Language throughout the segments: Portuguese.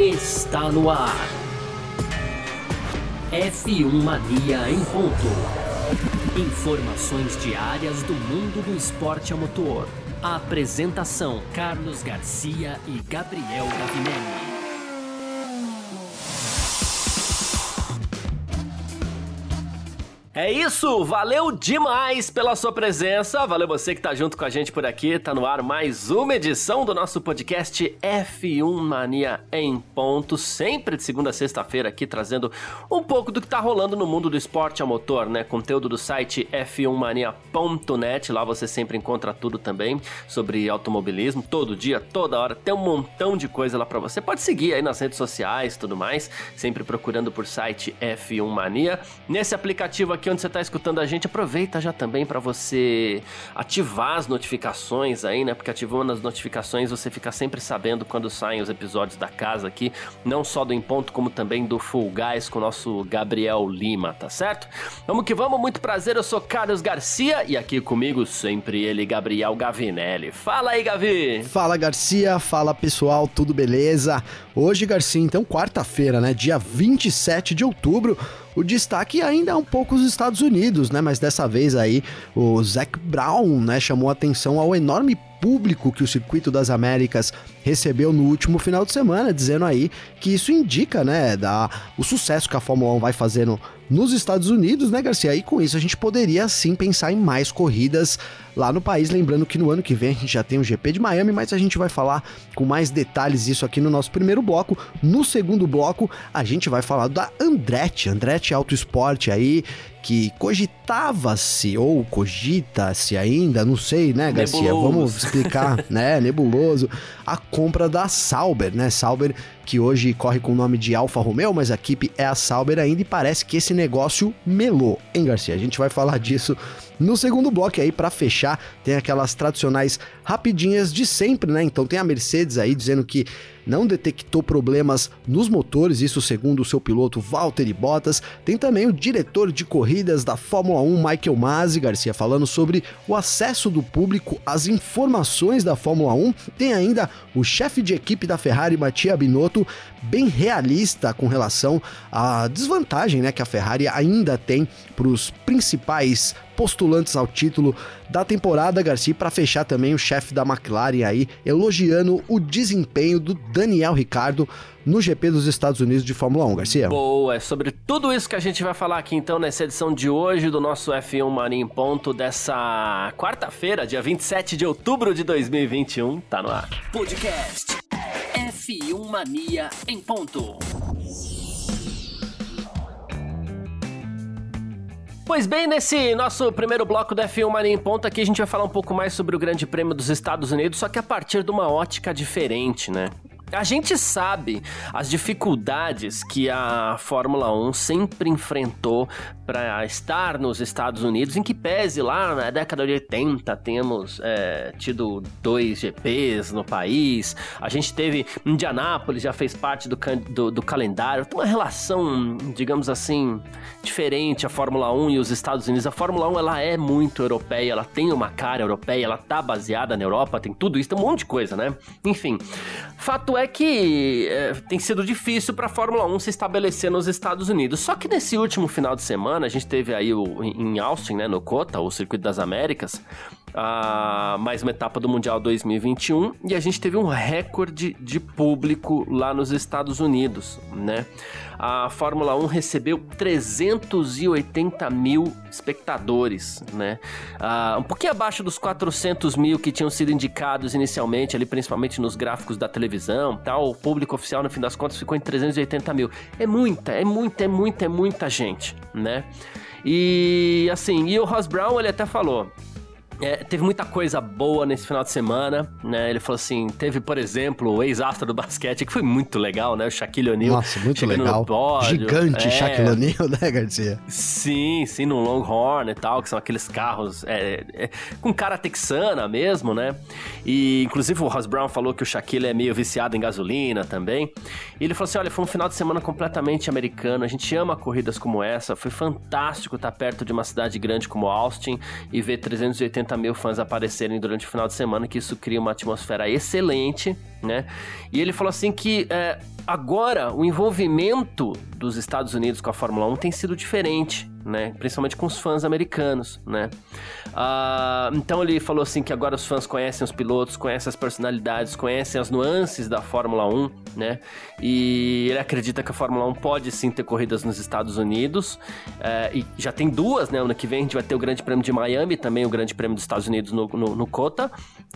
está no ar. F1 Mania em ponto. Informações diárias do mundo do esporte a motor. A apresentação: Carlos Garcia e Gabriel Gavinelli. É isso, valeu demais pela sua presença, valeu você que tá junto com a gente por aqui, tá no ar mais uma edição do nosso podcast F1 Mania em ponto, sempre de segunda a sexta-feira aqui trazendo um pouco do que tá rolando no mundo do esporte a motor, né, conteúdo do site f1mania.net, lá você sempre encontra tudo também sobre automobilismo, todo dia, toda hora, tem um montão de coisa lá pra você, pode seguir aí nas redes sociais e tudo mais, sempre procurando por site F1 Mania, nesse aplicativo aqui onde você está escutando a gente, aproveita já também para você ativar as notificações aí, né? Porque ativando as notificações você fica sempre sabendo quando saem os episódios da casa aqui, não só do Em Ponto, como também do Full Guys com o nosso Gabriel Lima, tá certo? Vamos que vamos, muito prazer, eu sou Carlos Garcia e aqui comigo sempre ele, Gabriel Gavinelli. Fala aí, Gavi! Fala, Garcia, fala pessoal, tudo beleza? Hoje, Garcia, então quarta-feira, né? Dia 27 de outubro, o destaque ainda é um pouco os Estados Unidos, né? Mas dessa vez aí o Zac Brown, né, chamou atenção ao enorme público que o Circuito das Américas recebeu no último final de semana, dizendo aí que isso indica, né, o sucesso que a Fórmula 1 vai fazendo nos Estados Unidos, né, Garcia? E com isso a gente poderia sim pensar em mais corridas lá no país, lembrando que no ano que vem a gente já tem o GP de Miami, mas a gente vai falar com mais detalhes isso aqui no nosso primeiro bloco. No segundo bloco a gente vai falar da Andretti Autosport aí, que cogitava-se ou cogita-se ainda, não sei, né, Garcia? Nebuloso. Vamos explicar, né, nebuloso, a compra da Sauber, né, Sauber que hoje corre com o nome de Alfa Romeo, mas a equipe é a Sauber ainda e parece que esse negócio melou, hein, Garcia? A gente vai falar disso no segundo bloco aí. Para fechar, tem aquelas tradicionais rapidinhas de sempre, né? Então tem a Mercedes aí dizendo que não detectou problemas nos motores, isso segundo o seu piloto Valtteri Bottas. Tem também o diretor de corridas da Fórmula 1, Michael Masi, Garcia, falando sobre o acesso do público às informações da Fórmula 1. Tem ainda o chefe de equipe da Ferrari, Mattia Binotto, bem realista com relação à desvantagem, né, que a Ferrari ainda tem para os principais postulantes ao título da temporada, Garcia. Para fechar também o chefe da McLaren aí elogiando o desempenho do Daniel Ricciardo no GP dos Estados Unidos de Fórmula 1, Garcia. Boa, é sobre tudo isso que a gente vai falar aqui então nessa edição de hoje do nosso F1 Mania em Ponto dessa quarta-feira, dia 27 de outubro de 2021, tá no ar. Podcast F1 Mania em Ponto. Pois bem, nesse nosso primeiro bloco da F1 Mania em Ponto aqui a gente vai falar um pouco mais sobre o Grande Prêmio dos Estados Unidos, só que a partir de uma ótica diferente, né? A gente sabe as dificuldades que a Fórmula 1 sempre enfrentou para estar nos Estados Unidos, em que pese lá na década de 80 temos tido 2 GPs no país, a gente teve Indianápolis, já fez parte do calendário, tem uma relação, digamos assim, diferente a Fórmula 1 e os Estados Unidos. A Fórmula 1 ela é muito europeia, ela tem uma cara europeia, ela tá baseada na Europa, tem tudo isso, tem um monte de coisa, né? Enfim, fato é que tem sido difícil para a Fórmula 1 se estabelecer nos Estados Unidos. Só que nesse último final de semana, a gente teve aí em Austin, né, no COTA, o Circuito das Américas, mais uma etapa do Mundial 2021, e a gente teve um recorde de público lá nos Estados Unidos, né? A Fórmula 1 recebeu 380 mil espectadores, né? Um pouquinho abaixo dos 400 mil que tinham sido indicados inicialmente, ali principalmente nos gráficos da televisão, tal. O público oficial, no fim das contas, ficou em 380 mil. É muita gente, né? E assim, e o Ross Brown, ele até falou... teve muita coisa boa nesse final de semana, né? Ele falou assim, teve, por exemplo, o ex-astro do basquete, que foi muito legal, né? O Shaquille O'Neal. Nossa, muito legal. Pódio, gigante Shaquille O'Neal, né, Garcia? Sim, no Longhorn e tal, que são aqueles carros com cara texana mesmo, né? E, inclusive, o Ross Brown falou que o Shaquille é meio viciado em gasolina também. E ele falou assim, olha, foi um final de semana completamente americano, a gente ama corridas como essa, foi fantástico estar perto de uma cidade grande como Austin e ver 380 mil fãs aparecerem durante o final de semana, que isso cria uma atmosfera excelente né? E ele falou assim que agora o envolvimento dos Estados Unidos com a Fórmula 1 tem sido diferente, né? Principalmente com os fãs americanos, né? Então ele falou assim que agora os fãs conhecem os pilotos, conhecem as personalidades, conhecem as nuances da Fórmula 1, né? E ele acredita que a Fórmula 1 pode sim ter corridas nos Estados Unidos, e já tem duas, né? Ano que vem a gente vai ter o Grande Prêmio de Miami, também o Grande Prêmio dos Estados Unidos no COTA,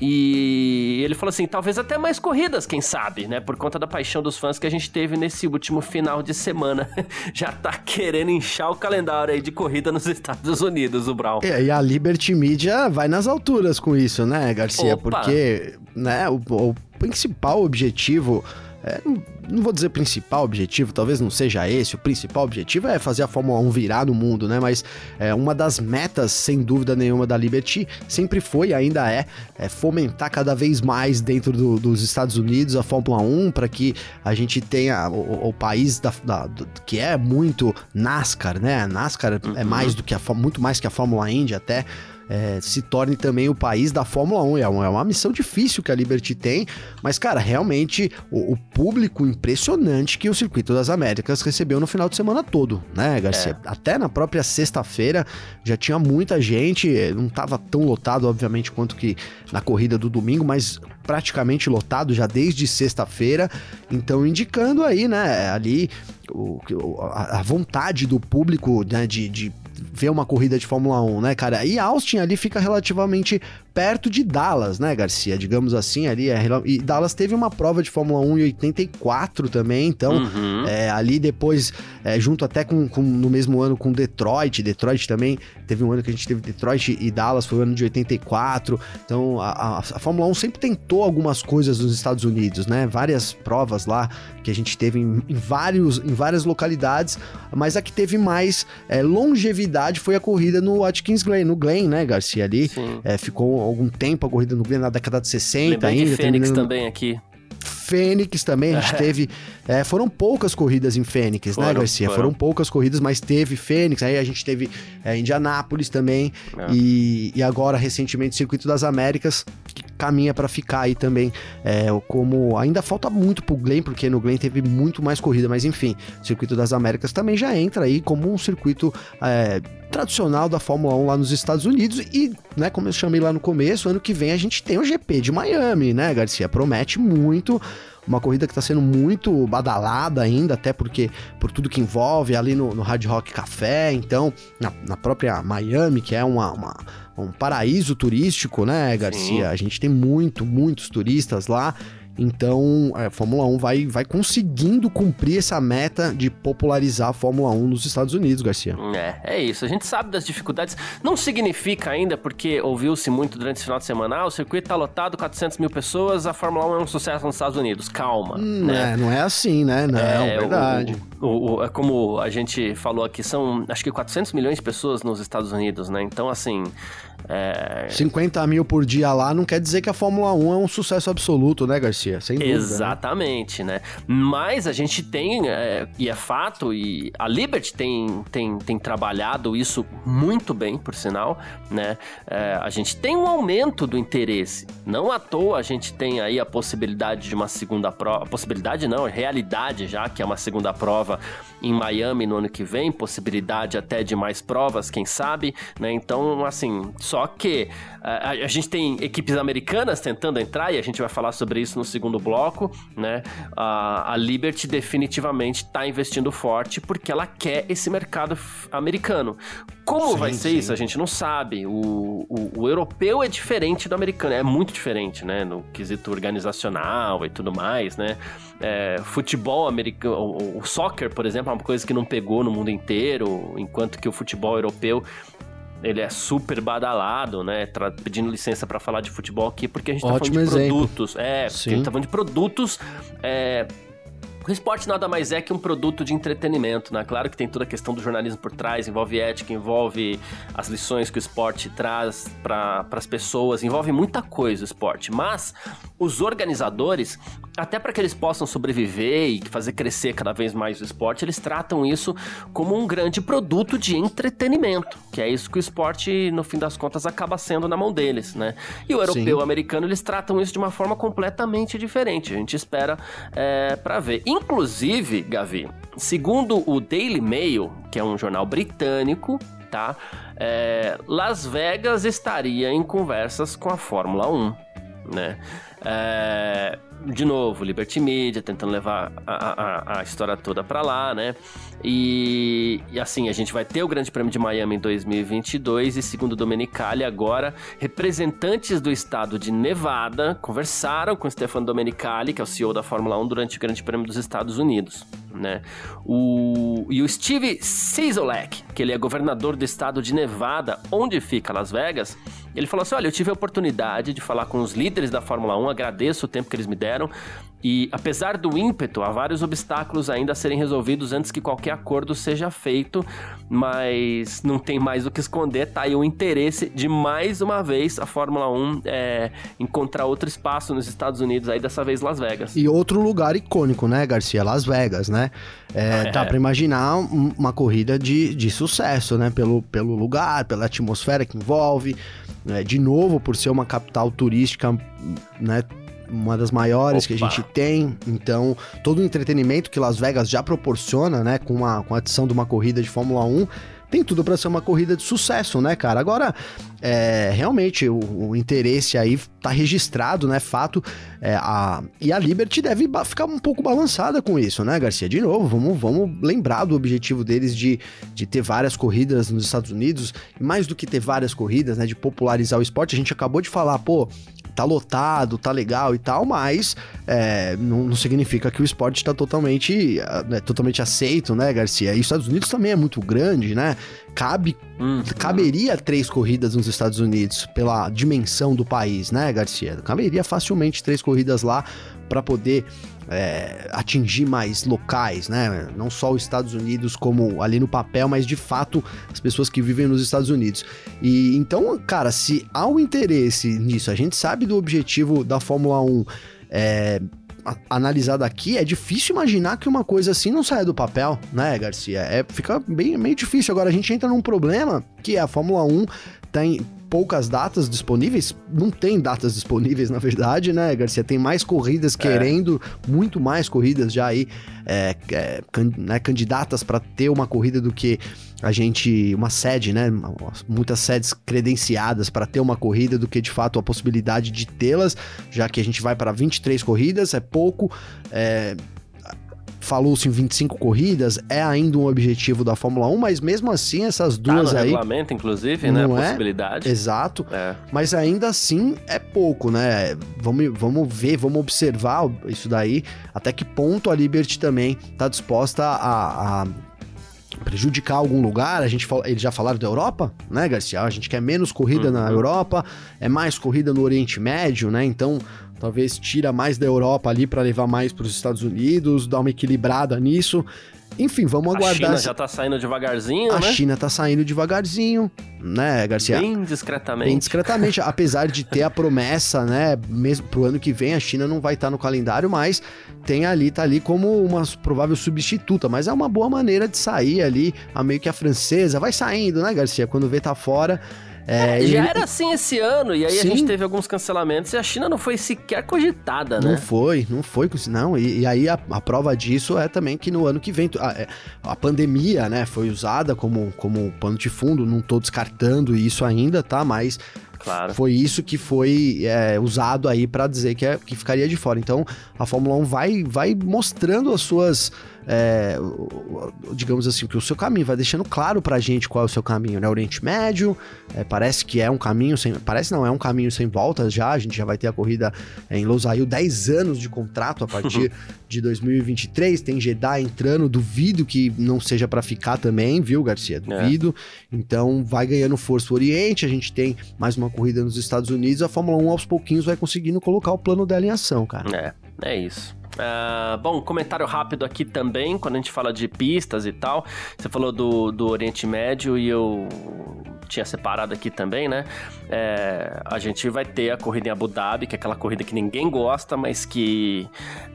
e ele falou assim, talvez até mais corridas, quem sabe, né? Por conta da paixão dos fãs que a gente teve nesse último final de semana. Já tá querendo inchar o calendário aí de corrida nos Estados Unidos, o Brown. E a Liberty Media vai nas alturas com isso, né, Garcia? Opa. Porque, né, o principal objetivo... não vou dizer principal objetivo, talvez não seja esse, o principal objetivo é fazer a Fórmula 1 virar no mundo, né, mas uma das metas, sem dúvida nenhuma, da Liberty sempre foi e ainda é fomentar cada vez mais dentro dos Estados Unidos a Fórmula 1, para que a gente tenha o país que é muito NASCAR, né, a NASCAR é mais do que muito mais que a Fórmula Indy até, se torne também o país da Fórmula 1. É uma missão difícil que a Liberty tem, mas, cara, realmente o público impressionante que o Circuito das Américas recebeu no final de semana todo, né, Garcia? Até na própria sexta-feira já tinha muita gente, não estava tão lotado, obviamente, quanto que na corrida do domingo, mas praticamente lotado já desde sexta-feira, então indicando aí, né, ali a vontade do público, né, de ver uma corrida de Fórmula 1, né, cara? E Austin ali fica relativamente perto de Dallas, né, Garcia? Digamos assim, ali e Dallas teve uma prova de Fórmula 1 em 84 também, então ali depois, junto até no mesmo ano com Detroit também, teve um ano que a gente teve Detroit e Dallas, foi o ano de 84, então a Fórmula 1 sempre tentou algumas coisas nos Estados Unidos, né? Várias provas lá que a gente teve em várias localidades, mas a que teve mais longevidade foi a corrida no Watkins Glen, no Glen, né, Garcia? Ali ficou algum tempo a corrida no Glen, na década de 60. Lembrei ainda. De Fênix também aqui. Fênix também, a gente teve... foram poucas corridas em Fênix, né, Garcia? Foram poucas corridas, mas teve Fênix, aí a gente teve Indianápolis também, e agora, recentemente, o Circuito das Américas, que caminha para ficar aí também, como... Ainda falta muito pro Glen, porque no Glen teve muito mais corrida, mas enfim, o Circuito das Américas também já entra aí como um circuito tradicional da Fórmula 1 lá nos Estados Unidos, e, né, como eu chamei lá no começo, ano que vem a gente tem o GP de Miami, né, Garcia? Promete muito, uma corrida que está sendo muito badalada ainda, até porque por tudo que envolve ali no Hard Rock Café, então na própria Miami, que é um paraíso turístico, né, Garcia? Sim. A gente tem muitos turistas lá. Então, a Fórmula 1 vai conseguindo cumprir essa meta de popularizar a Fórmula 1 nos Estados Unidos, Garcia. É isso. A gente sabe das dificuldades. Não significa ainda, porque ouviu-se muito durante esse final de semana, o circuito tá lotado, 400 mil pessoas, a Fórmula 1 é um sucesso nos Estados Unidos. Calma. Né? Não é assim, né? Não, verdade. Como a gente falou aqui, são acho que 400 milhões de pessoas nos Estados Unidos, né? Então, assim... 50 mil por dia lá não quer dizer que a Fórmula 1 é um sucesso absoluto, né, Garcia? Sem dúvida. Exatamente, né? Mas a gente tem, e é fato, e a Liberty tem trabalhado isso muito bem, por sinal, né? A gente tem um aumento do interesse. Não à toa a gente tem aí a possibilidade de uma segunda prova. Possibilidade não, é realidade já, que é uma segunda prova em Miami no ano que vem, possibilidade até de mais provas, quem sabe, né? Então, assim, só que a gente tem equipes americanas tentando entrar, e a gente vai falar sobre isso no segundo bloco, né? A Liberty definitivamente está investindo forte porque ela quer esse mercado americano. Como vai ser isso? A gente não sabe. O europeu é diferente do americano, é muito diferente, né? No quesito organizacional e tudo mais, né? Futebol americano, o soccer, por exemplo, é uma coisa que não pegou no mundo inteiro, enquanto que o futebol europeu ele é super badalado, né? Pedindo licença para falar de futebol aqui, porque a gente tá falando de produtos. Porque a gente tá falando de produtos O esporte nada mais é que um produto de entretenimento, né? Claro que tem toda a questão do jornalismo por trás, envolve ética, envolve as lições que o esporte traz para as pessoas, envolve muita coisa o esporte, mas os organizadores, até para que eles possam sobreviver e fazer crescer cada vez mais o esporte, eles tratam isso como um grande produto de entretenimento, que é isso que o esporte, no fim das contas, acaba sendo na mão deles, né? E o europeu e o americano, eles tratam isso de uma forma completamente diferente, a gente espera para ver. Inclusive, Gavi, segundo o Daily Mail, que é um jornal britânico, tá? Las Vegas estaria em conversas com a Fórmula 1, né? De novo, Liberty Media tentando levar a história toda pra lá, né? E assim, a gente vai ter o Grande Prêmio de Miami em 2022 e segundo Domenicali, agora, representantes do estado de Nevada conversaram com o Stefano Domenicali, que é o CEO da Fórmula 1, durante o Grande Prêmio dos Estados Unidos, né? E o Steve Sisolak, que ele é governador do estado de Nevada, onde fica Las Vegas, ele falou assim, olha, eu tive a oportunidade de falar com os líderes da Fórmula 1, agradeço o tempo que eles me deram, e apesar do ímpeto, há vários obstáculos ainda a serem resolvidos antes que qualquer acordo seja feito, mas não tem mais o que esconder, tá aí o interesse de, mais uma vez, a Fórmula 1 encontrar outro espaço nos Estados Unidos, aí dessa vez Las Vegas. E outro lugar icônico, né, Garcia? Las Vegas, né? Dá pra imaginar uma corrida de sucesso, né? Pelo lugar, pela atmosfera que envolve, de novo, por ser uma capital turística, né? Uma das maiores que a gente tem, então todo o entretenimento que Las Vegas já proporciona, né, com a adição de uma corrida de Fórmula 1, tem tudo para ser uma corrida de sucesso, né, cara? Agora, realmente, o interesse aí tá registrado, né, fato, e a Liberty deve ficar um pouco balançada com isso, né, Garcia? De novo, vamos lembrar do objetivo deles de ter várias corridas nos Estados Unidos, e mais do que ter várias corridas, né, de popularizar o esporte. A gente acabou de falar, tá lotado, tá legal e tal, mas não significa que o esporte tá totalmente aceito, né, Garcia? E os Estados Unidos também é muito grande, né? Caberia 3 corridas nos Estados Unidos pela dimensão do país, né, Garcia? Caberia facilmente 3 corridas lá para poder atingir mais locais, né? Não só os Estados Unidos como ali no papel, mas de fato as pessoas que vivem nos Estados Unidos. E então, cara, se há um interesse nisso, a gente sabe do objetivo da Fórmula 1 analisado aqui, é difícil imaginar que uma coisa assim não saia do papel, né, Garcia? Fica meio difícil. Agora a gente entra num problema que a Fórmula 1 tem poucas datas disponíveis, não tem datas disponíveis, na verdade, né, Garcia? Tem mais corridas querendo, muito mais corridas já aí, né, candidatas para ter uma corrida do que uma sede, né, muitas sedes credenciadas para ter uma corrida do que, de fato, a possibilidade de tê-las, já que a gente vai para 23 corridas, é pouco, falou-se em 25 corridas, é ainda um objetivo da Fórmula 1, mas mesmo assim essas duas no aí... regulamento, inclusive, né, a possibilidade. Exato, mas ainda assim é pouco, né? Vamos ver, vamos observar isso daí, até que ponto a Liberty também tá disposta a prejudicar algum lugar. Eles já falaram da Europa, né, Garcia? A gente quer menos corrida na Europa, mais corrida no Oriente Médio, né? Então, talvez tira mais da Europa ali para levar mais para os Estados Unidos, dar uma equilibrada nisso. Enfim, vamos aguardar. A China já tá saindo devagarzinho, né? A China tá saindo devagarzinho, né, Garcia? Bem discretamente. Bem discretamente, apesar de ter a promessa, né, mesmo pro ano que vem a China não vai estar no calendário, mas tá ali como uma provável substituta, mas é uma boa maneira de sair ali, meio que a francesa, vai saindo, né, Garcia? Quando vê tá fora... já era assim esse ano, e aí a gente teve alguns cancelamentos e a China não foi sequer cogitada, né? Não foi, não. E aí a prova disso é também que no ano que vem a pandemia, né, foi usada como pano de fundo, não tô descartando isso ainda, tá? Mas claro, foi isso que foi usado aí pra dizer que ficaria de fora. Então a Fórmula 1 vai mostrando as suas... digamos assim, que o seu caminho, vai deixando claro pra gente qual é o seu caminho, né? Oriente Médio, parece que é um caminho é um caminho sem volta já, a gente já vai ter a corrida em Losail, 10 anos de contrato a partir de 2023, tem Jeddah entrando, duvido que não seja pra ficar também, viu, Garcia? Duvido, então vai ganhando força o Oriente, a gente tem mais uma corrida nos Estados Unidos, a Fórmula 1 aos pouquinhos vai conseguindo colocar o plano dela em ação, cara. É isso. Bom, comentário rápido aqui também, quando a gente fala de pistas e tal, você falou do Oriente Médio e eu tinha separado aqui também, né? A gente vai ter a corrida em Abu Dhabi, que é aquela corrida que ninguém gosta, mas que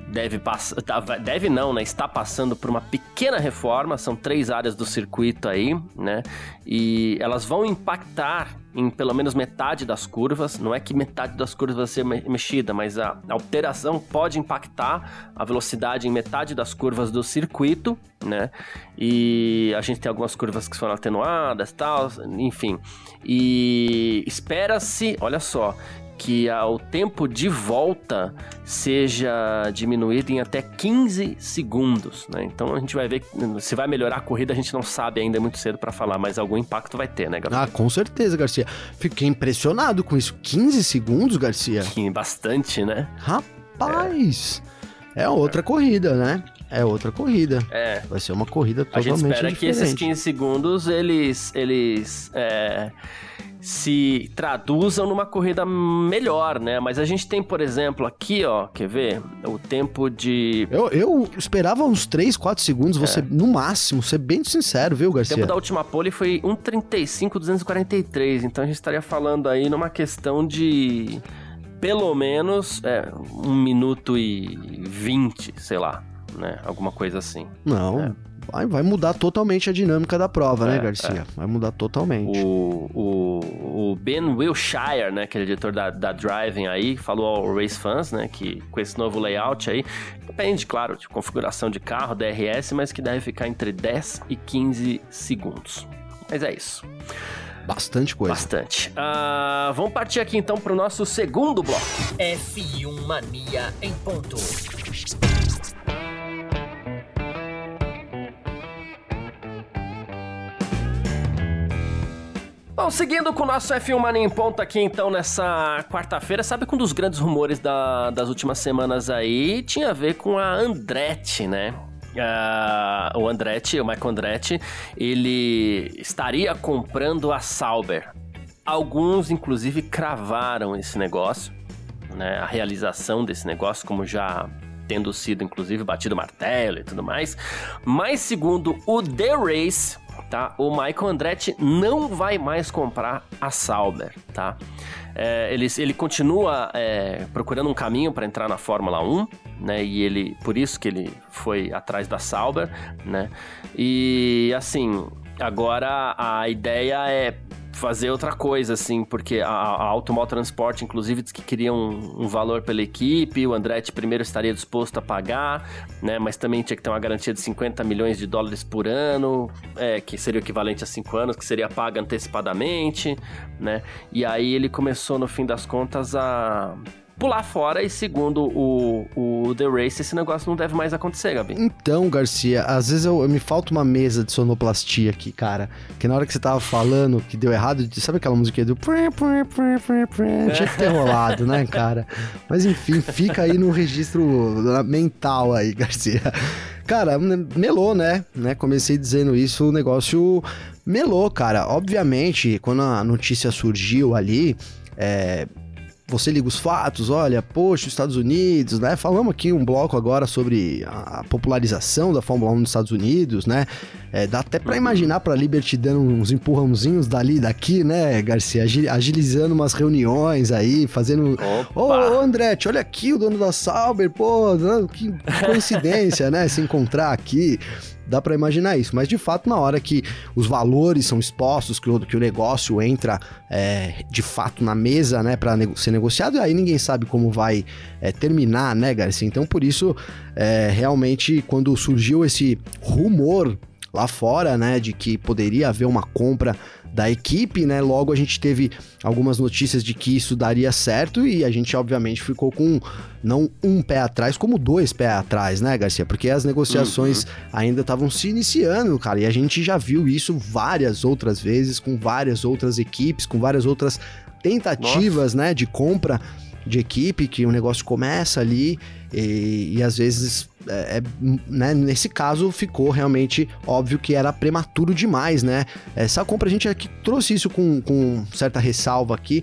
está passando por uma pequena reforma, são 3 áreas do circuito aí, né? E elas vão impactar em pelo menos metade das curvas, não é que metade das curvas vai ser mexida, mas a alteração pode impactar a velocidade em metade das curvas do circuito, né? E a gente tem algumas curvas que foram atenuadas, tal, enfim. E espera-se, olha só, que o tempo de volta seja diminuído em até 15 segundos, né? Então a gente vai ver se vai melhorar a corrida, a gente não sabe ainda, é muito cedo para falar, mas algum impacto vai ter, né, Gabriel? Com certeza, Garcia. Fiquei impressionado com isso. 15 segundos, Garcia? Bastante, né? Rapaz! É outra corrida, né? É outra corrida. Vai ser uma corrida totalmente diferente. A gente espera que esses 15 segundos, eles se traduzam numa corrida melhor, né? Mas a gente tem, por exemplo, aqui, ó, quer ver? O tempo de... Eu esperava uns 3, 4 segundos, no máximo, ser bem sincero, viu, Garcia? O tempo da última pole foi 1:35.243, então a gente estaria falando aí numa questão de pelo menos 1 minuto e 20, sei lá, né? Alguma coisa assim. Não... Vai mudar totalmente a dinâmica da prova, né, Garcia? Vai mudar totalmente. O Ben Wilshire, né, que é o diretor da Driving aí, falou ao Race Fans, né, que com esse novo layout aí, depende, claro, de configuração de carro, DRS, mas que deve ficar entre 10 e 15 segundos. Mas é isso. Bastante coisa. Bastante. Vamos partir aqui então para o nosso segundo bloco. F1 Mania em ponto. Bom, seguindo com o nosso F1 Mania em ponto aqui, então, nessa quarta-feira, sabe que um dos grandes rumores das últimas semanas aí tinha a ver com a Andretti, né? O Michael Andretti, ele estaria comprando a Sauber. Alguns, inclusive, cravaram esse negócio, né? A realização desse negócio, como já tendo sido, inclusive, batido martelo e tudo mais. Mas, segundo o The Race... tá? O Michael Andretti não vai mais comprar a Sauber, tá? Ele continua procurando um caminho para entrar na Fórmula 1, né? E por isso que ele foi atrás da Sauber, né? E assim, agora a ideia é fazer outra coisa, assim, porque a Automall Transport, inclusive, diz que queria um valor pela equipe, o Andretti primeiro estaria disposto a pagar, né, mas também tinha que ter uma garantia de $50 milhões por ano, que seria o equivalente a 5 anos, que seria paga antecipadamente, né, e aí ele começou, no fim das contas, a pular fora, e segundo o The Race, esse negócio não deve mais acontecer, Gabi. Então, Garcia, às vezes me falta uma mesa de sonoplastia aqui, cara, que na hora que você tava falando que deu errado, sabe aquela musiquinha do... Tinha que ter rolado, né, cara? Mas enfim, fica aí no registro mental aí, Garcia. Cara, melou, né? Comecei dizendo isso, o negócio melou, cara. Obviamente, quando a notícia surgiu ali, você liga os fatos, olha, poxa, os Estados Unidos, né? Falamos aqui um bloco agora sobre a popularização da Fórmula 1 nos Estados Unidos, né? Dá até pra imaginar pra Liberty dando uns empurrãozinhos dali e daqui, né, Garcia? Agilizando umas reuniões aí, fazendo... Ô, Andretti, olha aqui o dono da Sauber, pô, que coincidência, né? Se encontrar aqui... Dá pra imaginar isso, mas de fato na hora que os valores são expostos, que o negócio entra de fato na mesa, né, pra ser negociado, e aí ninguém sabe como vai terminar, né, Garcia? Então por isso, realmente, quando surgiu esse rumor lá fora, né, de que poderia haver uma compra da equipe, né, logo a gente teve algumas notícias de que isso daria certo, e a gente obviamente ficou com não um pé atrás, como 2 pés atrás, né, Garcia? Porque as negociações ainda estavam se iniciando, cara, e a gente já viu isso várias outras vezes, com várias outras equipes, com várias outras tentativas, né, de compra de equipe, que o negócio começa ali e às vezes, né, nesse caso ficou realmente óbvio que era prematuro demais, né? Essa compra a gente aqui trouxe isso com certa ressalva aqui,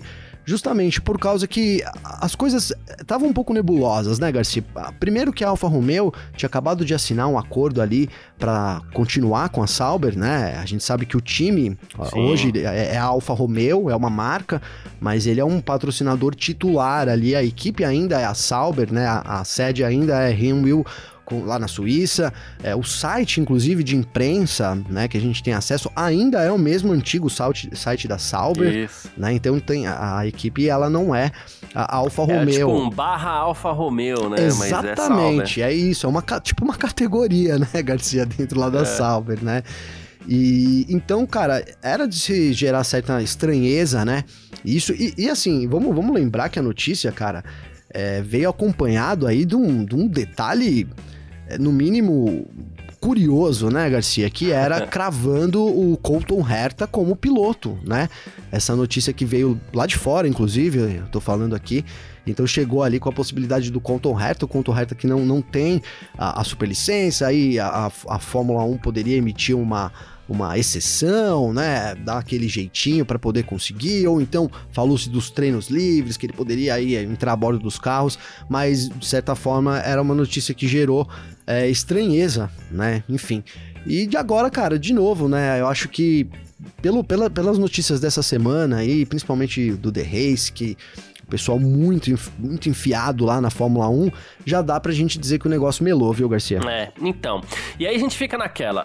justamente por causa que as coisas estavam um pouco nebulosas, né, Garcia? Primeiro que a Alfa Romeo tinha acabado de assinar um acordo ali para continuar com a Sauber, né? A gente sabe que o time hoje é a Alfa Romeo, é uma marca, mas ele é um patrocinador titular ali, a equipe ainda é a Sauber, né? A sede ainda é Hinwil, lá na Suíça, o site, inclusive, de imprensa, né, que a gente tem acesso, ainda é o mesmo antigo site da Sauber, né, então tem a equipe, ela não é a Alfa Romeo. É tipo um /Alfa Romeo, né? Exatamente, mas é isso, é tipo uma categoria, né, Garcia, dentro lá da Sauber, né. E então, cara, era de se gerar certa estranheza, né, isso, e assim, vamos lembrar que a notícia, cara, veio acompanhado aí de um detalhe, no mínimo curioso, né, Garcia? Que era cravando o Colton Herta como piloto, né? Essa notícia que veio lá de fora, inclusive, eu tô falando aqui. Então chegou ali com a possibilidade do Colton Herta, o Colton Herta que não tem a superlicença, aí a Fórmula 1 poderia emitir uma exceção, né, dar aquele jeitinho para poder conseguir, ou então falou-se dos treinos livres, que ele poderia aí entrar a bordo dos carros, mas de certa forma era uma notícia que gerou estranheza, né, enfim. E de agora, cara, de novo, né, eu acho que pelas notícias dessa semana aí, principalmente do The Race, que o pessoal muito enfiado lá na Fórmula 1, já dá pra gente dizer que o negócio melou, viu, Garcia? Então. E aí a gente fica naquela.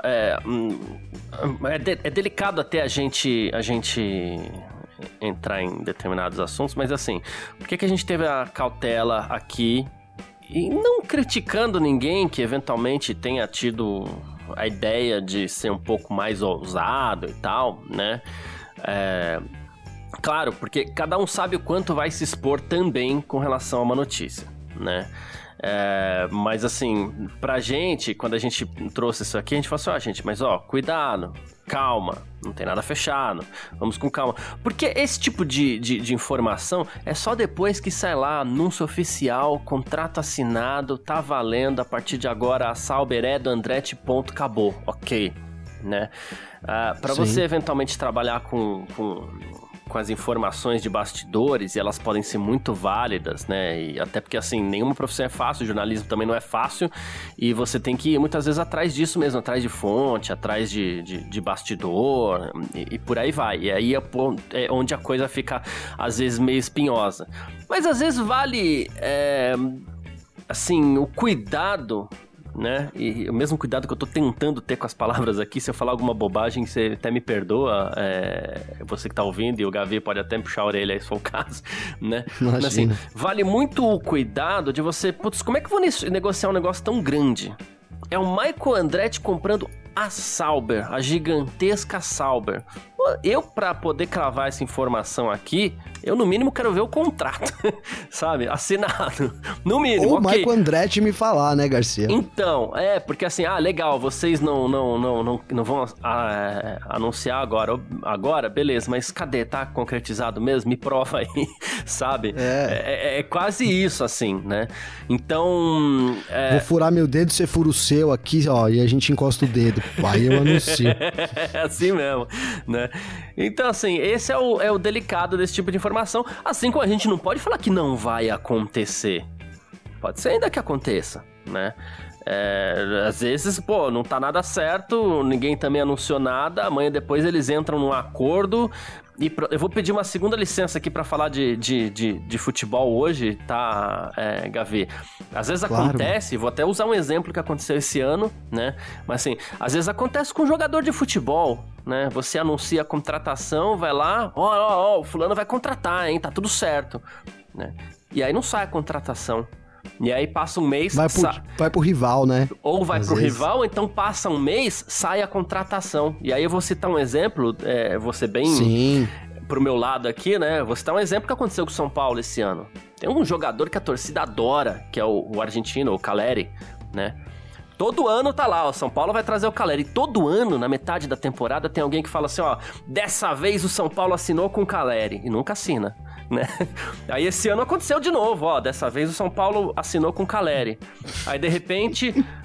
É delicado até a gente entrar em determinados assuntos, mas assim, por que a gente teve a cautela aqui? E não criticando ninguém que eventualmente tenha tido a ideia de ser um pouco mais ousado e tal, né? Claro, porque cada um sabe o quanto vai se expor também com relação a uma notícia, né? Mas assim, pra gente, quando a gente trouxe isso aqui, a gente falou assim, gente, mas cuidado, calma, não tem nada fechado, vamos com calma. Porque esse tipo de informação é só depois que sai lá, anúncio oficial, contrato assinado, tá valendo, a partir de agora a Sauber é do Andretti, ponto, acabou, ok, né? Pra você eventualmente trabalhar com as informações de bastidores, e elas podem ser muito válidas, né, e até porque, assim, nenhuma profissão é fácil, o jornalismo também não é fácil, e você tem que ir, muitas vezes, atrás disso mesmo, atrás de fonte, atrás de bastidor, e por aí vai, e aí é onde a coisa fica, às vezes, meio espinhosa. Mas, às vezes, vale, assim, o cuidado, né? E o mesmo cuidado que eu tô tentando ter com as palavras aqui, se eu falar alguma bobagem, você até me perdoa, você que tá ouvindo, e o Gavi pode até me puxar a orelha, se for o caso, né? Mas, assim, vale muito o cuidado de você, como é que eu vou negociar um negócio tão grande? É o Michael Andretti comprando a Sauber, a gigantesca Sauber. Eu, pra poder cravar essa informação aqui, eu no mínimo quero ver o contrato, sabe? Assinado, no mínimo. Ou o Michael Andretti me falar, né, Garcia? Então, porque assim, legal, vocês não vão anunciar agora, beleza, mas cadê? Tá concretizado mesmo? Me prova aí, sabe? É quase isso, assim, né? Então... Vou furar meu dedo, você fura o seu aqui, ó, e a gente encosta o dedo. Aí eu anuncio. É assim mesmo, né? Então, assim, esse é o delicado desse tipo de informação. Assim como a gente não pode falar que não vai acontecer. Pode ser ainda que aconteça, né? Às vezes, não tá nada certo, ninguém também anunciou nada, amanhã depois eles entram num acordo. E eu vou pedir uma segunda licença aqui pra falar de futebol hoje, tá, Gavi? Às vezes acontece, vou até usar um exemplo que aconteceu esse ano, né? Mas assim, às vezes acontece com um jogador de futebol, né? Você anuncia a contratação, vai lá, o fulano vai contratar, hein? Tá tudo certo, né? E aí não sai a contratação. E aí passa um mês... Vai pro rival, né? Ou vai pro rival, ou então passa um mês, sai a contratação. E aí eu vou citar um exemplo, vou ser bem pro meu lado aqui, né? Vou citar um exemplo que aconteceu com o São Paulo esse ano. Tem um jogador que a torcida adora, que é o argentino, o Caleri, né? Todo ano tá lá, o São Paulo vai trazer o Caleri. Todo ano, na metade da temporada, tem alguém que fala assim, dessa vez o São Paulo assinou com o Caleri. E nunca assina, né? Aí esse ano aconteceu de novo, dessa vez o São Paulo assinou com o Caleri. Aí de repente,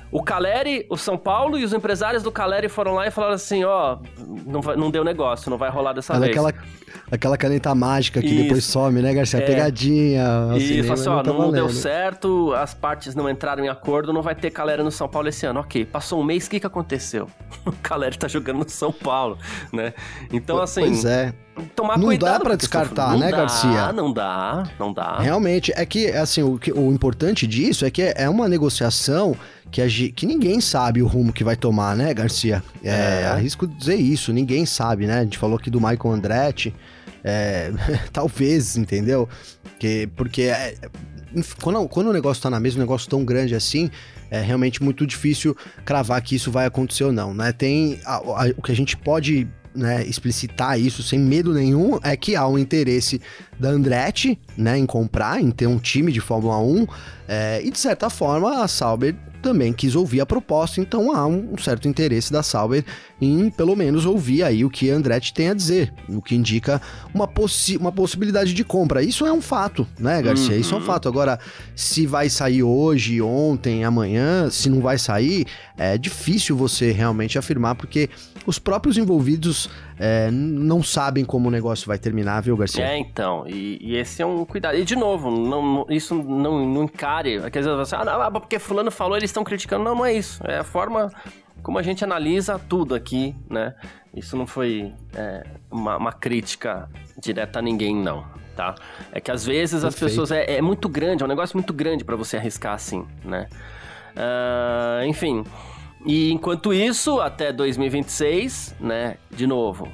O Caleri, o São Paulo e os empresários do Caleri foram lá e falaram assim, ó, não deu negócio, não vai rolar dessa vez. Aquela caneta mágica que depois some, né, Garcia? Pegadinha. E falou assim, ó, não deu certo, as partes não entraram em acordo, não vai ter Caleri no São Paulo esse ano. Ok, passou um mês, o que aconteceu? O Caleri tá jogando no São Paulo, né? Então, assim... Pois é. Tomar não cuidado. Não dá pra descartar, né, Garcia? Não dá. Realmente, é que, assim, o importante disso é que é uma negociação que ninguém sabe o rumo que vai tomar, né, Garcia? Arrisco dizer isso, ninguém sabe, né? A gente falou aqui do Michael Andretti, talvez, entendeu? Porque quando o negócio tá na mesa, um negócio tão grande assim, é realmente muito difícil cravar que isso vai acontecer ou não, né? Tem o que a gente pode... né, explicitar isso sem medo nenhum, é que há um interesse da Andretti, né, em comprar, em ter um time de Fórmula 1, e de certa forma a Sauber também quis ouvir a proposta, então há um certo interesse da Sauber em pelo menos ouvir aí o que a Andretti tem a dizer, o que indica uma possibilidade de compra. Isso é um fato, né, Garcia? Isso é um fato. Agora, se vai sair hoje, ontem, amanhã, se não vai sair, é difícil você realmente afirmar, porque os próprios envolvidos não sabem como o negócio vai terminar, viu, Garcia? Então, e esse é um cuidado. E, de novo, isso não encare, quer dizer, você, porque fulano falou, eles estão criticando. Não é isso. É a forma como a gente analisa tudo aqui, né? Isso não foi uma crítica direta a ninguém, não, tá? É que às vezes as pessoas... É muito grande, é um negócio muito grande pra você arriscar assim, né? Enfim... E enquanto isso, até 2026, né, de novo,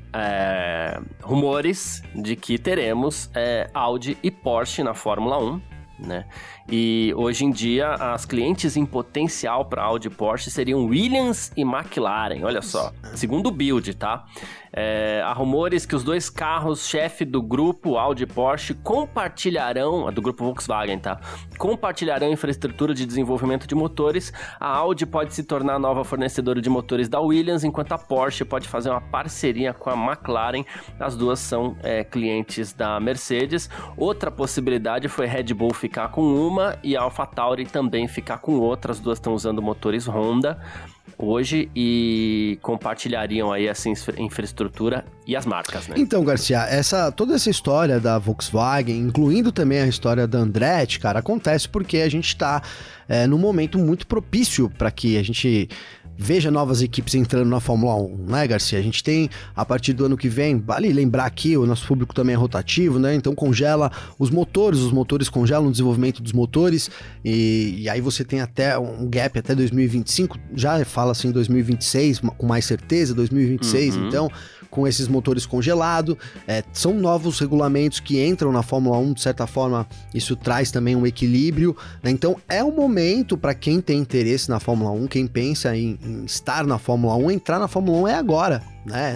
rumores de que teremos Audi e Porsche na Fórmula 1, né? E hoje em dia, as clientes em potencial para Audi e Porsche seriam Williams e McLaren, olha só, segundo o Build, tá? Há rumores que os dois carros-chefe do grupo Audi e Porsche compartilharão, do grupo Volkswagen, tá? Compartilharão infraestrutura de desenvolvimento de motores. A Audi pode se tornar a nova fornecedora de motores da Williams, enquanto a Porsche pode fazer uma parceria com a McLaren. As duas são clientes da Mercedes. Outra possibilidade foi Red Bull ficar com uma e a AlphaTauri também ficar com outra. As duas estão usando motores Honda hoje e compartilhariam aí essa infraestrutura e as marcas, né? Então, Garcia, toda essa história da Volkswagen, incluindo também a história da Andretti, cara, acontece porque a gente tá num momento muito propício para que a gente veja novas equipes entrando na Fórmula 1, né, Garcia? A gente tem, a partir do ano que vem, vale lembrar aqui, o nosso público também é rotativo, né? Então congela os motores congelam o desenvolvimento dos motores, e aí você tem até um gap até 2025, já fala assim 2026, com mais certeza, 2026, então... com esses motores congelados, são novos regulamentos que entram na Fórmula 1, de certa forma isso traz também um equilíbrio, né? Então é o momento para quem tem interesse na Fórmula 1, quem pensa em estar na Fórmula 1, entrar na Fórmula 1 é agora, né?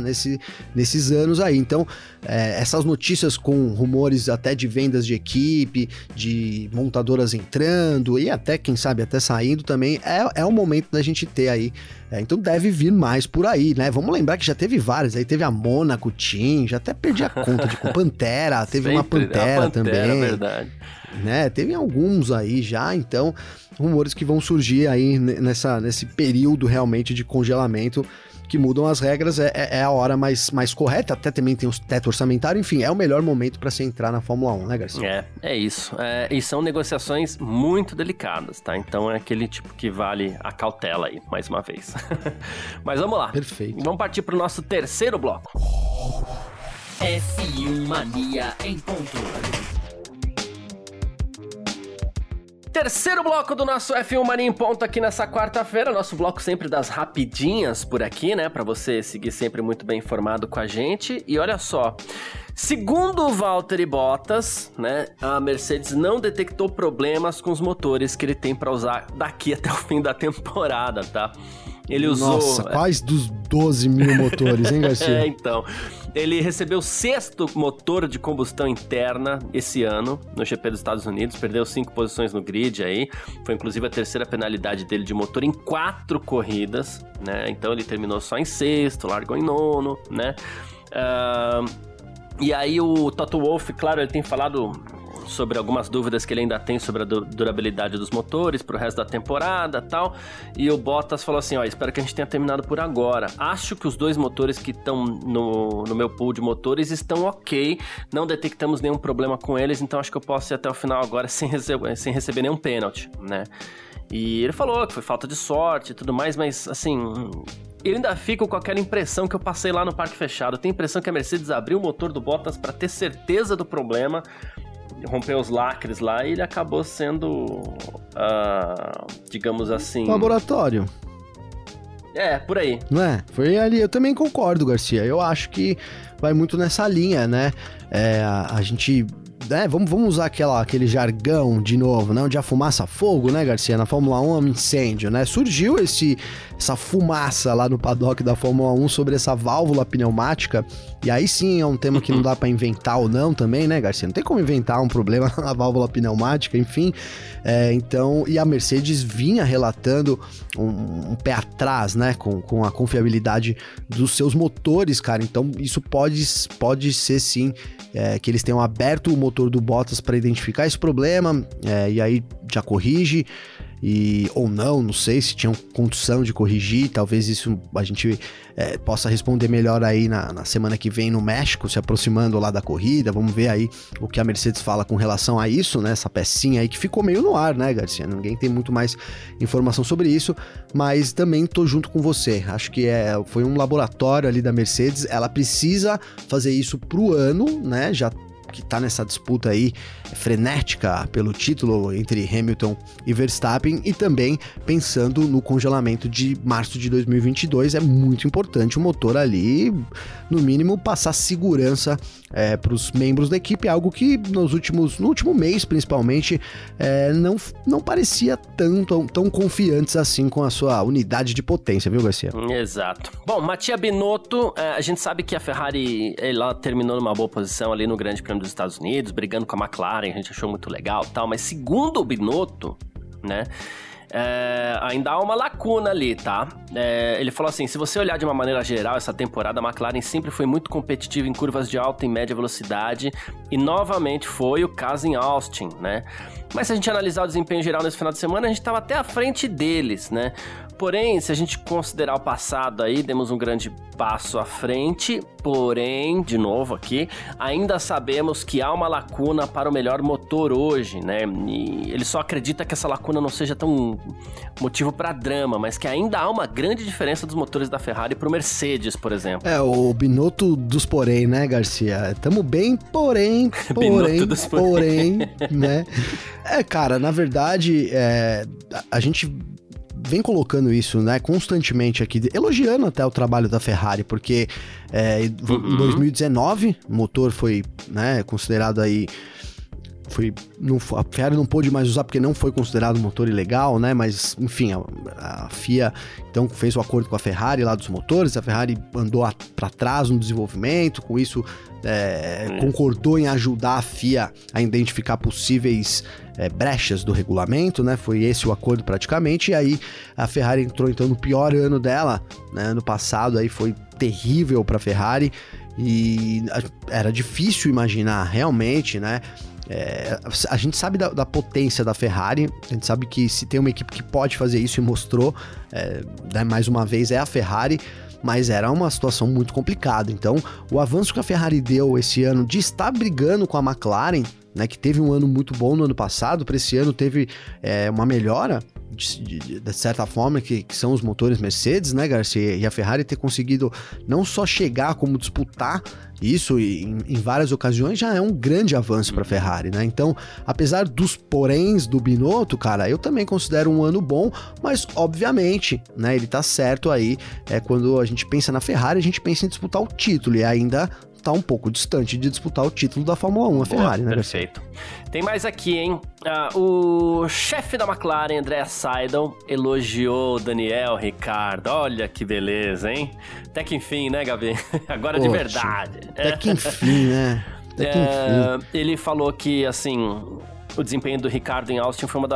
Nesses anos aí. Então essas notícias com rumores até de vendas de equipe, de montadoras entrando e até, quem sabe, até saindo também, é o momento da gente ter aí. Então deve vir mais por aí, né? Vamos lembrar que já teve várias, aí teve a Monaco Team, já até perdi a conta de Pantera, teve uma Pantera também. É verdade. Né? Teve alguns aí já, então rumores que vão surgir aí nesse período realmente de congelamento, que mudam as regras, é a hora mais correta, até também tem o teto orçamentário, enfim, é o melhor momento para se entrar na Fórmula 1, né, Garcia? É isso. E são negociações muito delicadas, tá? Então é aquele tipo que vale a cautela aí, mais uma vez. Mas vamos lá. Perfeito. Vamos partir pro nosso terceiro bloco. F1 Mania em ponto. Terceiro bloco do nosso F1 Mania em ponto aqui nessa quarta-feira, nosso bloco sempre das rapidinhas por aqui, né, pra você seguir sempre muito bem informado com a gente. E olha só, segundo o Valtteri Bottas, né, a Mercedes não detectou problemas com os motores que ele tem pra usar daqui até o fim da temporada, tá? Ele usou... Nossa, quais dos 12 mil motores, hein, Garcia? Então... Ele recebeu o 6º motor de combustão interna esse ano no GP dos Estados Unidos, perdeu 5 posições no grid aí, foi inclusive a terceira penalidade dele de motor em 4 corridas, né? Então ele terminou só em 6º, largou em 9º, né? E aí o Toto Wolff, claro, ele tem falado sobre algumas dúvidas que ele ainda tem sobre a durabilidade dos motores pro resto da temporada e tal. E o Bottas falou assim, ó, espero que a gente tenha terminado por agora. Acho que os 2 motores que estão no meu pool de motores estão ok, não detectamos nenhum problema com eles, então acho que eu posso ir até o final agora sem receber nenhum pênalti, né? E ele falou que foi falta de sorte e tudo mais, mas assim... Eu ainda fico com aquela impressão que eu passei lá no parque fechado. Eu tenho a impressão que a Mercedes abriu o motor do Bottas para ter certeza do problema, rompeu os lacres lá e ele acabou sendo, digamos assim... Laboratório. Por aí. Não é? Foi ali, eu também concordo, Garcia. Eu acho que vai muito nessa linha, né? A gente... vamos usar aquele jargão de novo, né? Onde a fumaça fogo, né, Garcia? Na Fórmula 1 é um incêndio, né? Surgiu essa fumaça lá no paddock da Fórmula 1 sobre essa válvula pneumática. E aí sim é um tema que não dá pra inventar ou não também, né, Garcia? Não tem como inventar um problema na válvula pneumática, enfim. Então, e a Mercedes vinha relatando um pé atrás, né? Com a confiabilidade dos seus motores, cara. Então, isso pode ser sim que eles tenham aberto o motor do Bottas para identificar esse problema, e aí já corrige, ou não sei se tinham condição de corrigir, talvez isso a gente possa responder melhor aí na semana que vem no México, se aproximando lá da corrida. Vamos ver aí o que a Mercedes fala com relação a isso, né, essa pecinha aí que ficou meio no ar, né, Garcia? Ninguém tem muito mais informação sobre isso, mas também tô junto com você, acho que foi um laboratório ali da Mercedes, ela precisa fazer isso pro ano, né, já que tá nessa disputa aí frenética pelo título entre Hamilton e Verstappen, e também pensando no congelamento de março de 2022, é muito importante o motor ali, no mínimo, passar segurança para os membros da equipe, algo que no último mês, principalmente, não parecia tão confiantes assim com a sua unidade de potência, viu, Garcia? Exato. Bom, Mattia Binotto, a gente sabe que a Ferrari ela terminou numa boa posição ali no Grande Prêmio dos Estados Unidos, brigando com a McLaren, a gente achou muito legal e tal, mas segundo o Binotto, né, ainda há uma lacuna ali, tá? Ele falou assim, se você olhar de uma maneira geral essa temporada, a McLaren sempre foi muito competitiva em curvas de alta e média velocidade, e novamente foi o caso em Austin, né? Mas se a gente analisar o desempenho geral nesse final de semana, a gente estava até à frente deles, né? Porém, se a gente considerar o passado aí, demos um grande passo à frente, porém, de novo aqui, ainda sabemos que há uma lacuna para o melhor motor hoje, né? E ele só acredita que essa lacuna não seja tão motivo para drama, mas que ainda há uma grande diferença dos motores da Ferrari para o Mercedes, por exemplo. O Binotto dos porém, né, Garcia? Tamo bem, porém, né? Cara, na verdade, a gente vem colocando isso, né, constantemente aqui, elogiando até o trabalho da Ferrari, porque em 2019 o motor foi, né, considerado aí, a Ferrari não pôde mais usar porque não foi considerado um motor ilegal, né, mas enfim, a FIA então fez o acordo com a Ferrari lá dos motores, a Ferrari andou para trás no desenvolvimento, com isso concordou em ajudar a FIA a identificar possíveis brechas do regulamento, né? Foi esse o acordo praticamente, e aí a Ferrari entrou então no pior ano dela, né? Ano passado aí foi terrível para a Ferrari e era difícil imaginar realmente, né? A gente sabe da potência da Ferrari, a gente sabe que se tem uma equipe que pode fazer isso e mostrou, né, mais uma vez, é a Ferrari, mas era uma situação muito complicada. Então, o avanço que a Ferrari deu esse ano de estar brigando com a McLaren, né, que teve um ano muito bom no ano passado, para esse ano teve uma melhora, de certa forma, que são os motores Mercedes, né, Garcia? E a Ferrari ter conseguido não só chegar, como disputar isso em várias ocasiões, já é um grande avanço para a Ferrari, né? Então, apesar dos poréns do Binotto, cara, eu também considero um ano bom, mas obviamente, né, ele tá certo aí, quando a gente pensa na Ferrari, a gente pensa em disputar o título, e ainda tá um pouco distante de disputar o título da Fórmula 1, a Ferrari, né? Perfeito. Tem mais aqui, hein? O chefe da McLaren, Andrea Seidel, elogiou o Daniel Ricciardo. Olha que beleza, hein? Até que enfim, né, Gabi? Agora de verdade. Até que enfim, né? Ele falou que, assim, O desempenho do Ricardo em Austin foi uma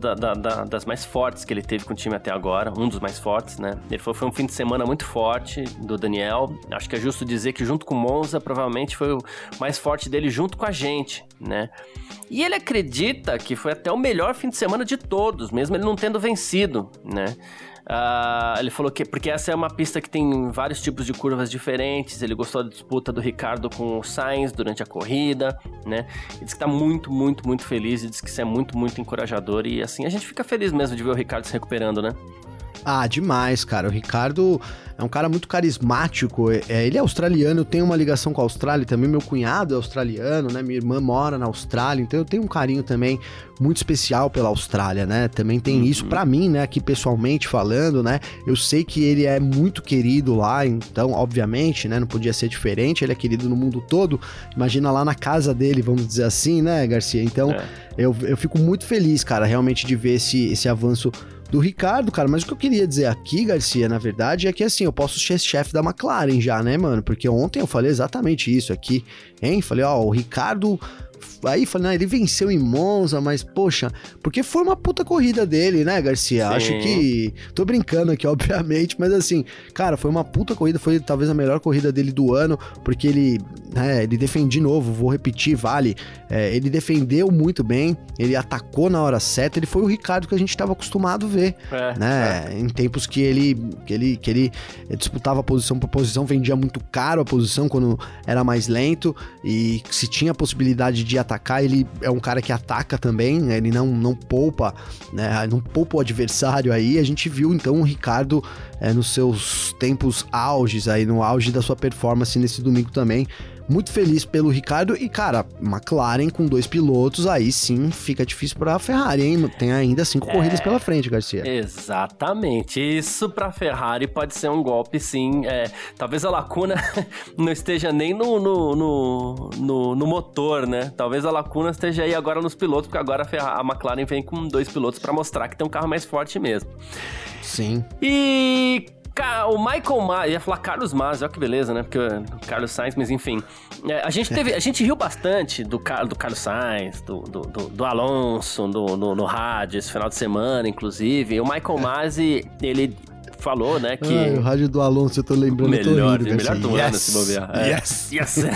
das mais fortes que ele teve com o time até agora, um dos mais fortes, né? Foi um fim de semana muito forte do Daniel. Acho que é justo dizer que junto com o Monza, provavelmente foi o mais forte dele junto com a gente, né? E ele acredita que foi até o melhor fim de semana de todos, mesmo ele não tendo vencido, né? Ele falou que porque essa é uma pista que tem vários tipos de curvas diferentes. Ele gostou da disputa do Ricardo com o Sainz durante a corrida, né? Ele disse que tá muito, muito, muito feliz. E disse que isso é muito, muito encorajador. E assim, a gente fica feliz mesmo de ver o Ricardo se recuperando, né? Ah, demais, cara. O Ricardo é um cara muito carismático. Ele é australiano, eu tenho uma ligação com a Austrália também. Meu cunhado é australiano, né? Minha irmã mora na Austrália, então eu tenho um carinho também muito especial pela Austrália, né? Também tem isso pra mim, né? Aqui pessoalmente falando, né? Eu sei que ele é muito querido lá, então, obviamente, né? Não podia ser diferente. Ele é querido no mundo todo. Imagina lá na casa dele, vamos dizer assim, né, Garcia? Então, eu fico muito feliz, cara, realmente de ver esse avanço do Ricardo, cara, mas o que eu queria dizer aqui, Garcia, na verdade, é que assim, eu posso ser chefe da McLaren já, né, mano? Porque ontem eu falei exatamente isso aqui, hein? Falei, ó, o Ricardo... Aí falei, não, ele venceu em Monza, mas poxa, porque foi uma puta corrida dele, né, Garcia? Sim. Acho que... Tô brincando aqui, obviamente, mas assim, cara, foi uma puta corrida, foi talvez a melhor corrida dele do ano, porque ele defendeu de novo, vou repetir, vale, ele defendeu muito bem, ele atacou na hora certa, ele foi o Ricardo que a gente tava acostumado a ver, né? Em tempos que ele disputava posição por posição, vendia muito caro a posição quando era mais lento, e se tinha a possibilidade de atacar, ele é um cara que ataca também, né? Ele não poupa, né? Não poupa o adversário aí. A gente viu então o Ricardo nos seus tempos auges aí, no auge da sua performance nesse domingo também. Muito feliz pelo Ricardo e, cara, McLaren com 2 pilotos, aí sim fica difícil pra Ferrari, hein? Tem ainda 5 corridas pela frente, Garcia. Exatamente. Isso pra Ferrari pode ser um golpe, sim. Talvez a lacuna não esteja nem no motor, né? Talvez a lacuna esteja aí agora nos pilotos, porque agora a McLaren vem com 2 pilotos pra mostrar que tem um carro mais forte mesmo. Sim. E... o Michael Masi, ia falar Carlos Masi, olha que beleza, né? Porque o Carlos Sainz, mas enfim. A gente riu bastante do Carlos Sainz, do Alonso no rádio esse final de semana, inclusive. E o Michael Masi, ele falou, né, que... o rádio do Alonso, eu tô lembrando. Melhor do ano, se bobear. Yes!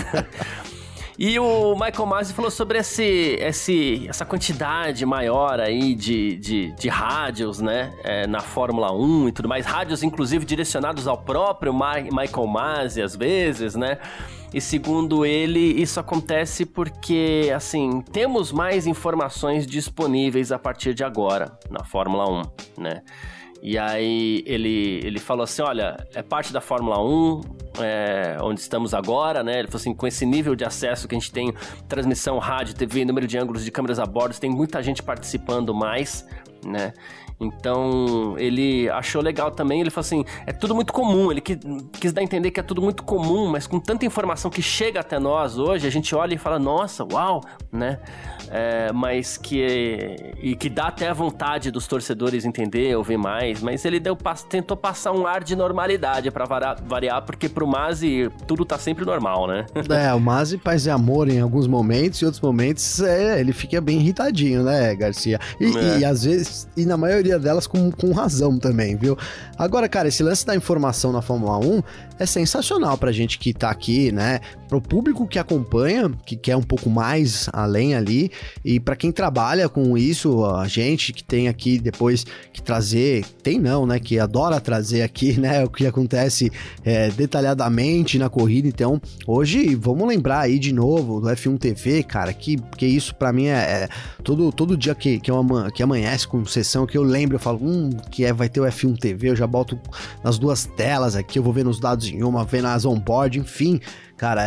E o Michael Masi falou sobre essa quantidade maior aí de rádios, né, na Fórmula 1 e tudo mais. Rádios, inclusive, direcionados ao próprio Michael Masi, às vezes, né? E segundo ele, isso acontece porque, assim, temos mais informações disponíveis a partir de agora na Fórmula 1, né? E aí ele falou assim, olha, é parte da Fórmula 1, onde estamos agora, né? Ele falou assim, com esse nível de acesso que a gente tem, transmissão, rádio, TV, número de ângulos de câmeras a bordo, tem muita gente participando mais, né? Então, ele achou legal também, ele falou assim, é tudo muito comum, ele quis dar a entender que é tudo muito comum, mas com tanta informação que chega até nós hoje, a gente olha e fala, nossa, uau, né? Mas que dá até a vontade dos torcedores entender, ouvir mais, mas ele tentou passar um ar de normalidade pra variar, porque pro Masi tudo tá sempre normal, né? O Masi paz e amor em alguns momentos, e outros momentos ele fica bem irritadinho, né, Garcia? E às vezes, e na maioria delas com razão também, viu? Agora, cara, esse lance da informação na Fórmula 1 é sensacional pra gente que tá aqui, né? Pro público que acompanha, que quer um pouco mais além ali, e pra quem trabalha com isso, a gente que tem aqui depois que trazer, que adora trazer aqui, né, o que acontece detalhadamente na corrida. Então, hoje, vamos lembrar aí de novo do F1 TV, cara, que isso pra mim todo dia que amanhece com sessão, que eu lembro, eu falo, vai ter o F1 TV, eu já boto nas 2 telas aqui, eu vou ver nos dados em uma, ver nas on-board, enfim, cara,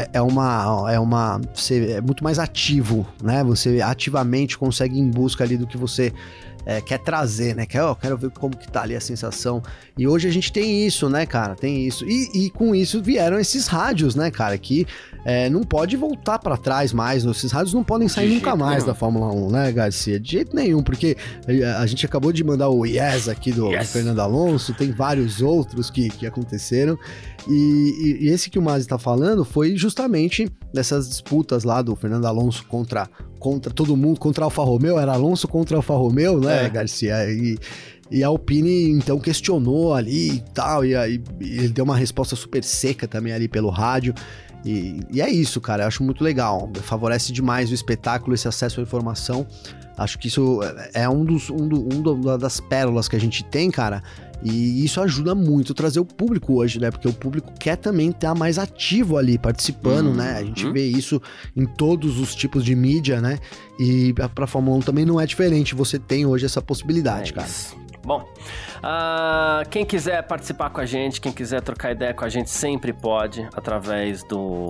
você é muito mais ativo, né? Você ativamente consegue ir em busca ali do que você quer trazer, né? Quero ver como que tá ali a sensação. E hoje a gente tem isso, né, cara? Tem isso. E com isso vieram esses rádios, né, cara? Que não pode voltar pra trás mais, esses rádios não podem sair nunca mais da Fórmula 1, né, Garcia? De jeito nenhum, porque a gente acabou de mandar o yes aqui do Fernando Alonso, tem vários outros que aconteceram, e esse que o Mazzi tá falando foi justamente dessas disputas lá do Fernando Alonso contra todo mundo, contra a Alfa Romeo, era Alonso contra a Alfa Romeo, né, Garcia? E a Alpine, então, questionou ali e tal, e ele deu uma resposta super seca também ali pelo rádio. E é isso, cara, eu acho muito legal. Favorece demais o espetáculo, esse acesso à informação. Acho que isso é uma das pérolas que a gente tem, cara. E isso ajuda muito a trazer o público hoje, né? Porque o público quer também estar mais ativo ali, participando, né? A gente vê isso em todos os tipos de mídia, né? E pra Fórmula 1 também não é diferente. Você tem hoje essa possibilidade, cara. Bom, quem quiser participar com a gente, quem quiser trocar ideia com a gente, sempre pode, através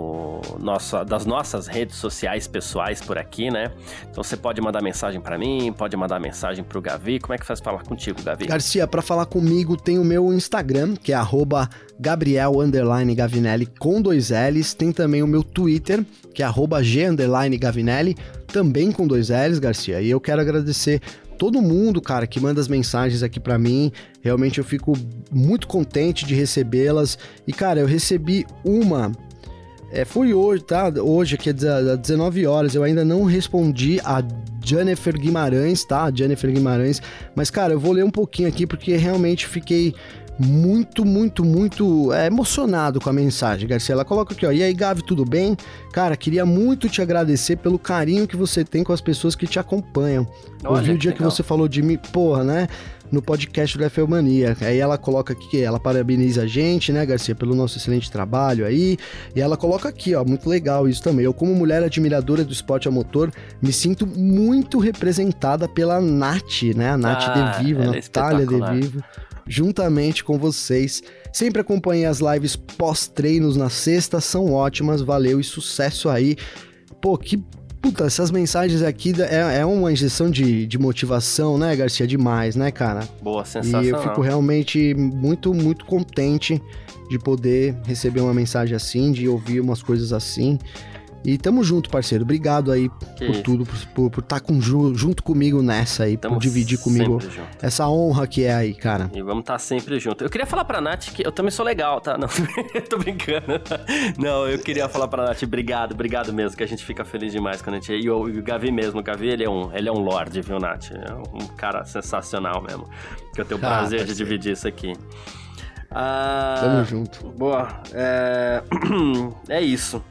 das nossas redes sociais pessoais por aqui, né? Então você pode mandar mensagem pra mim, pode mandar mensagem pro Gavi. Como é que faz falar contigo, Gavi? Garcia, pra falar comigo tem o meu Instagram, que é @Gabriel_Gavinelli com 2 L's. Tem também o meu Twitter, que é @G_Gavinelli, também com 2 L's, Garcia. E eu quero agradecer todo mundo, cara, que manda as mensagens aqui pra mim. Realmente eu fico muito contente de recebê-las. E, cara, eu recebi uma... foi hoje, tá? Hoje, aqui às 19 horas. Eu ainda não respondi a Jennifer Guimarães, tá? Jennifer Guimarães. Mas, cara, eu vou ler um pouquinho aqui porque realmente fiquei muito emocionado com a mensagem, Garcia. Ela coloca aqui, ó: e aí, Gavi, tudo bem? Cara, queria muito te agradecer pelo carinho que você tem com as pessoas que te acompanham. Ouvi o dia que você falou de mim, porra, né? No podcast do F1 Mania. Aí ela coloca aqui que ela parabeniza a gente, né, Garcia, pelo nosso excelente trabalho aí. E ela coloca aqui, ó, muito legal isso também. Eu, como mulher admiradora do esporte a motor, me sinto muito representada pela Nath, né? A Nath De Vivo, Natália De Vivo. Juntamente com vocês. Sempre acompanhei as lives pós-treinos na sexta, são ótimas, valeu e sucesso aí. Pô, puta, essas mensagens aqui é uma injeção de motivação, né, Garcia? Demais, né, cara? Boa, sensacional. E eu fico realmente muito muito de poder receber uma mensagem assim, de ouvir umas coisas assim. E tamo junto, parceiro. Obrigado aí por tudo, por estar junto comigo nessa aí, por dividir comigo essa honra que é aí, cara. E vamos estar sempre junto. Eu queria falar pra Nath que eu também sou legal, tá? Não, tô brincando. Não, eu queria falar pra Nath, obrigado mesmo, que a gente fica feliz demais quando a gente... E o Gavi mesmo, o Gavi, ele é um lorde, viu, Nath? É um cara sensacional mesmo, que eu tenho o prazer de dividir isso aqui. Tamo junto. Boa, é isso.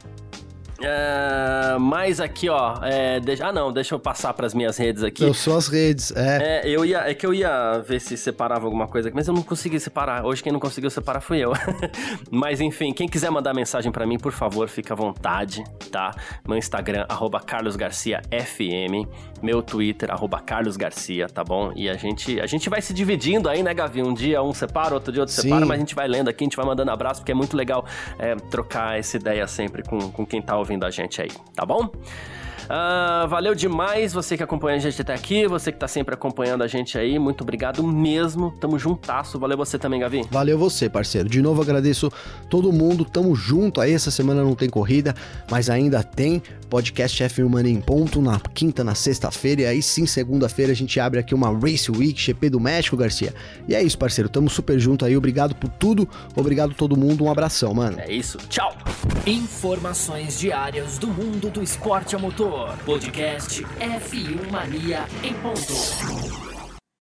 Mas aqui, ó, deixa eu passar pras minhas redes aqui. Eu sou as redes, eu ia ver se separava alguma coisa aqui, mas eu não consegui separar. Hoje quem não conseguiu separar fui eu. Mas enfim, quem quiser mandar mensagem pra mim, por favor, fica à vontade, tá? Meu Instagram, @CarlosGarciaFM, meu Twitter, @CarlosGarcia, tá bom? E a gente vai se dividindo aí, né, Gavi? Um dia um separa, outro dia outro separa, mas a gente vai lendo aqui, a gente vai mandando abraço, porque é muito legal trocar essa ideia sempre com quem tá ouvindo a gente aí, tá bom? Valeu demais você que acompanha a gente até aqui, você que tá sempre acompanhando a gente aí, muito obrigado mesmo, tamo juntasso, valeu você também, Gavi. Valeu você, parceiro, de novo agradeço todo mundo, tamo junto aí, essa semana não tem corrida, mas ainda tem podcast F1 Mania em ponto, na quinta, na sexta-feira, e aí sim, segunda-feira a gente abre aqui uma Race Week, GP do México, Garcia, e é isso, parceiro, tamo super junto aí, obrigado por tudo, obrigado todo mundo, um abração, mano. É isso, tchau! Informações diárias do mundo do esporte a motor. Podcast F1 Mania em ponto.